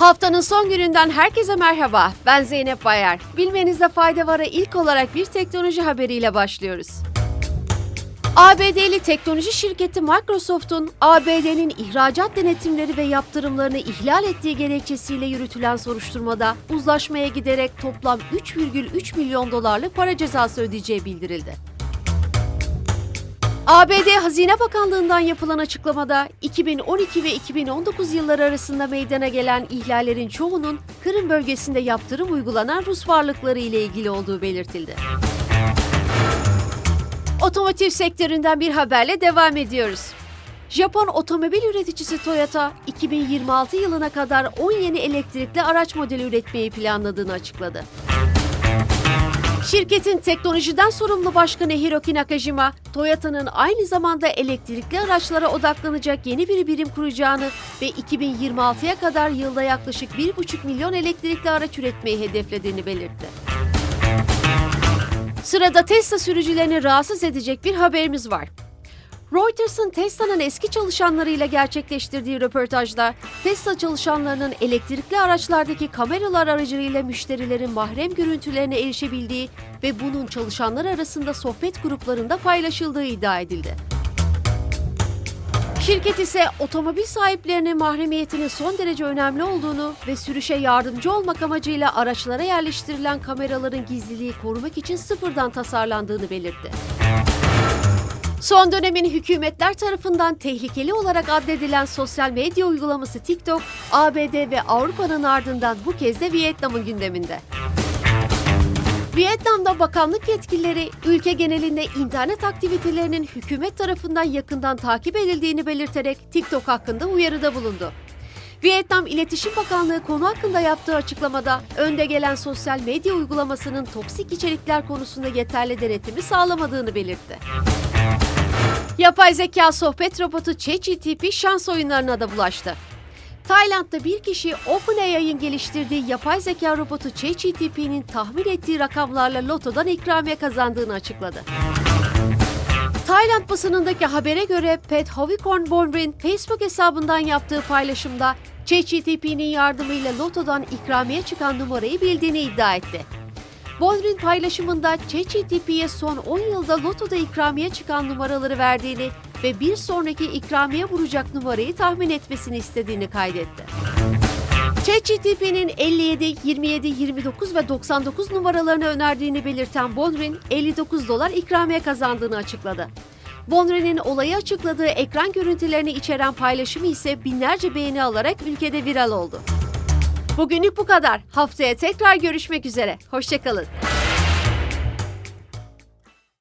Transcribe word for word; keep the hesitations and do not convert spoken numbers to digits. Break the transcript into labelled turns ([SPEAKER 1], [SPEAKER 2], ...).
[SPEAKER 1] Haftanın son gününden herkese merhaba. Ben Zeynep Bayar. Bilmenizde fayda var'a ilk olarak bir teknoloji haberiyle başlıyoruz. A B D'li teknoloji şirketi Microsoft'un A B D'nin ihracat denetimleri ve yaptırımlarını ihlal ettiği gerekçesiyle yürütülen soruşturmada uzlaşmaya giderek toplam üç virgül üç milyon dolarlık para cezası ödeyeceği bildirildi. A B D Hazine Bakanlığı'ndan yapılan açıklamada iki bin on iki ve iki bin on dokuz yılları arasında meydana gelen ihlallerin çoğunun Kırım bölgesinde yaptırım uygulanan Rus varlıkları ile ilgili olduğu belirtildi. Otomotiv sektöründen bir haberle devam ediyoruz. Japon otomobil üreticisi Toyota, iki bin yirmi altı yılına kadar on yeni elektrikli araç modeli üretmeyi planladığını açıkladı. Şirketin teknolojiden sorumlu başkanı Hiroki Nakajima, Toyota'nın aynı zamanda elektrikli araçlara odaklanacak yeni bir birim kuracağını ve iki bin yirmi altıya kadar yılda yaklaşık bir buçuk milyon elektrikli araç üretmeyi hedeflediğini belirtti. Sırada Tesla sürücülerini rahatsız edecek bir haberimiz var. Reuters'ın Tesla'nın eski çalışanlarıyla gerçekleştirdiği röportajda Tesla çalışanlarının elektrikli araçlardaki kameralar aracılığıyla müşterilerin mahrem görüntülerine erişebildiği ve bunun çalışanlar arasında sohbet gruplarında paylaşıldığı iddia edildi. Şirket ise otomobil sahiplerinin mahremiyetinin son derece önemli olduğunu ve sürüşe yardımcı olmak amacıyla araçlara yerleştirilen kameraların gizliliği korumak için sıfırdan tasarlandığını belirtti. Son dönemin hükümetler tarafından tehlikeli olarak addedilen sosyal medya uygulaması TikTok, A B D ve Avrupa'nın ardından bu kez de Vietnam'ın gündeminde. Vietnam'da bakanlık yetkilileri ülke genelinde internet aktivitelerinin hükümet tarafından yakından takip edildiğini belirterek TikTok hakkında uyarıda bulundu. Vietnam İletişim Bakanlığı konu hakkında yaptığı açıklamada önde gelen sosyal medya uygulamasının toksik içerikler konusunda yeterli denetimi sağlamadığını belirtti. Yapay zeka sohbet robotu ChatGPT şans oyunlarına da bulaştı. Tayland'da bir kişi OpenAI'ın geliştirdiği yapay zeka robotu ChatGPT'nin tahmin ettiği rakamlarla lotodan ikramiye kazandığını açıkladı. Tayland basınındaki habere göre Pat Hovikorn Bonrin Facebook hesabından yaptığı paylaşımda ChatGPT'nin yardımıyla lotodan ikramiye çıkan numarayı bildiğini iddia etti. Bonrin paylaşımında ChatGPT'ye son on yılda lotoda ikramiye çıkan numaraları verdiğini ve bir sonraki ikramiye vuracak numarayı tahmin etmesini istediğini kaydetti. ChatGPT'nin elli yedi, yirmi yedi, yirmi dokuz ve doksan dokuz numaralarını önerdiğini belirten Bonrin, elli dokuz dolar ikramiye kazandığını açıkladı. Bonrin'in olayı açıkladığı ekran görüntülerini içeren paylaşımı ise binlerce beğeni alarak ülkede viral oldu. Bugünlük bu kadar. Haftaya tekrar görüşmek üzere. Hoşça kalın.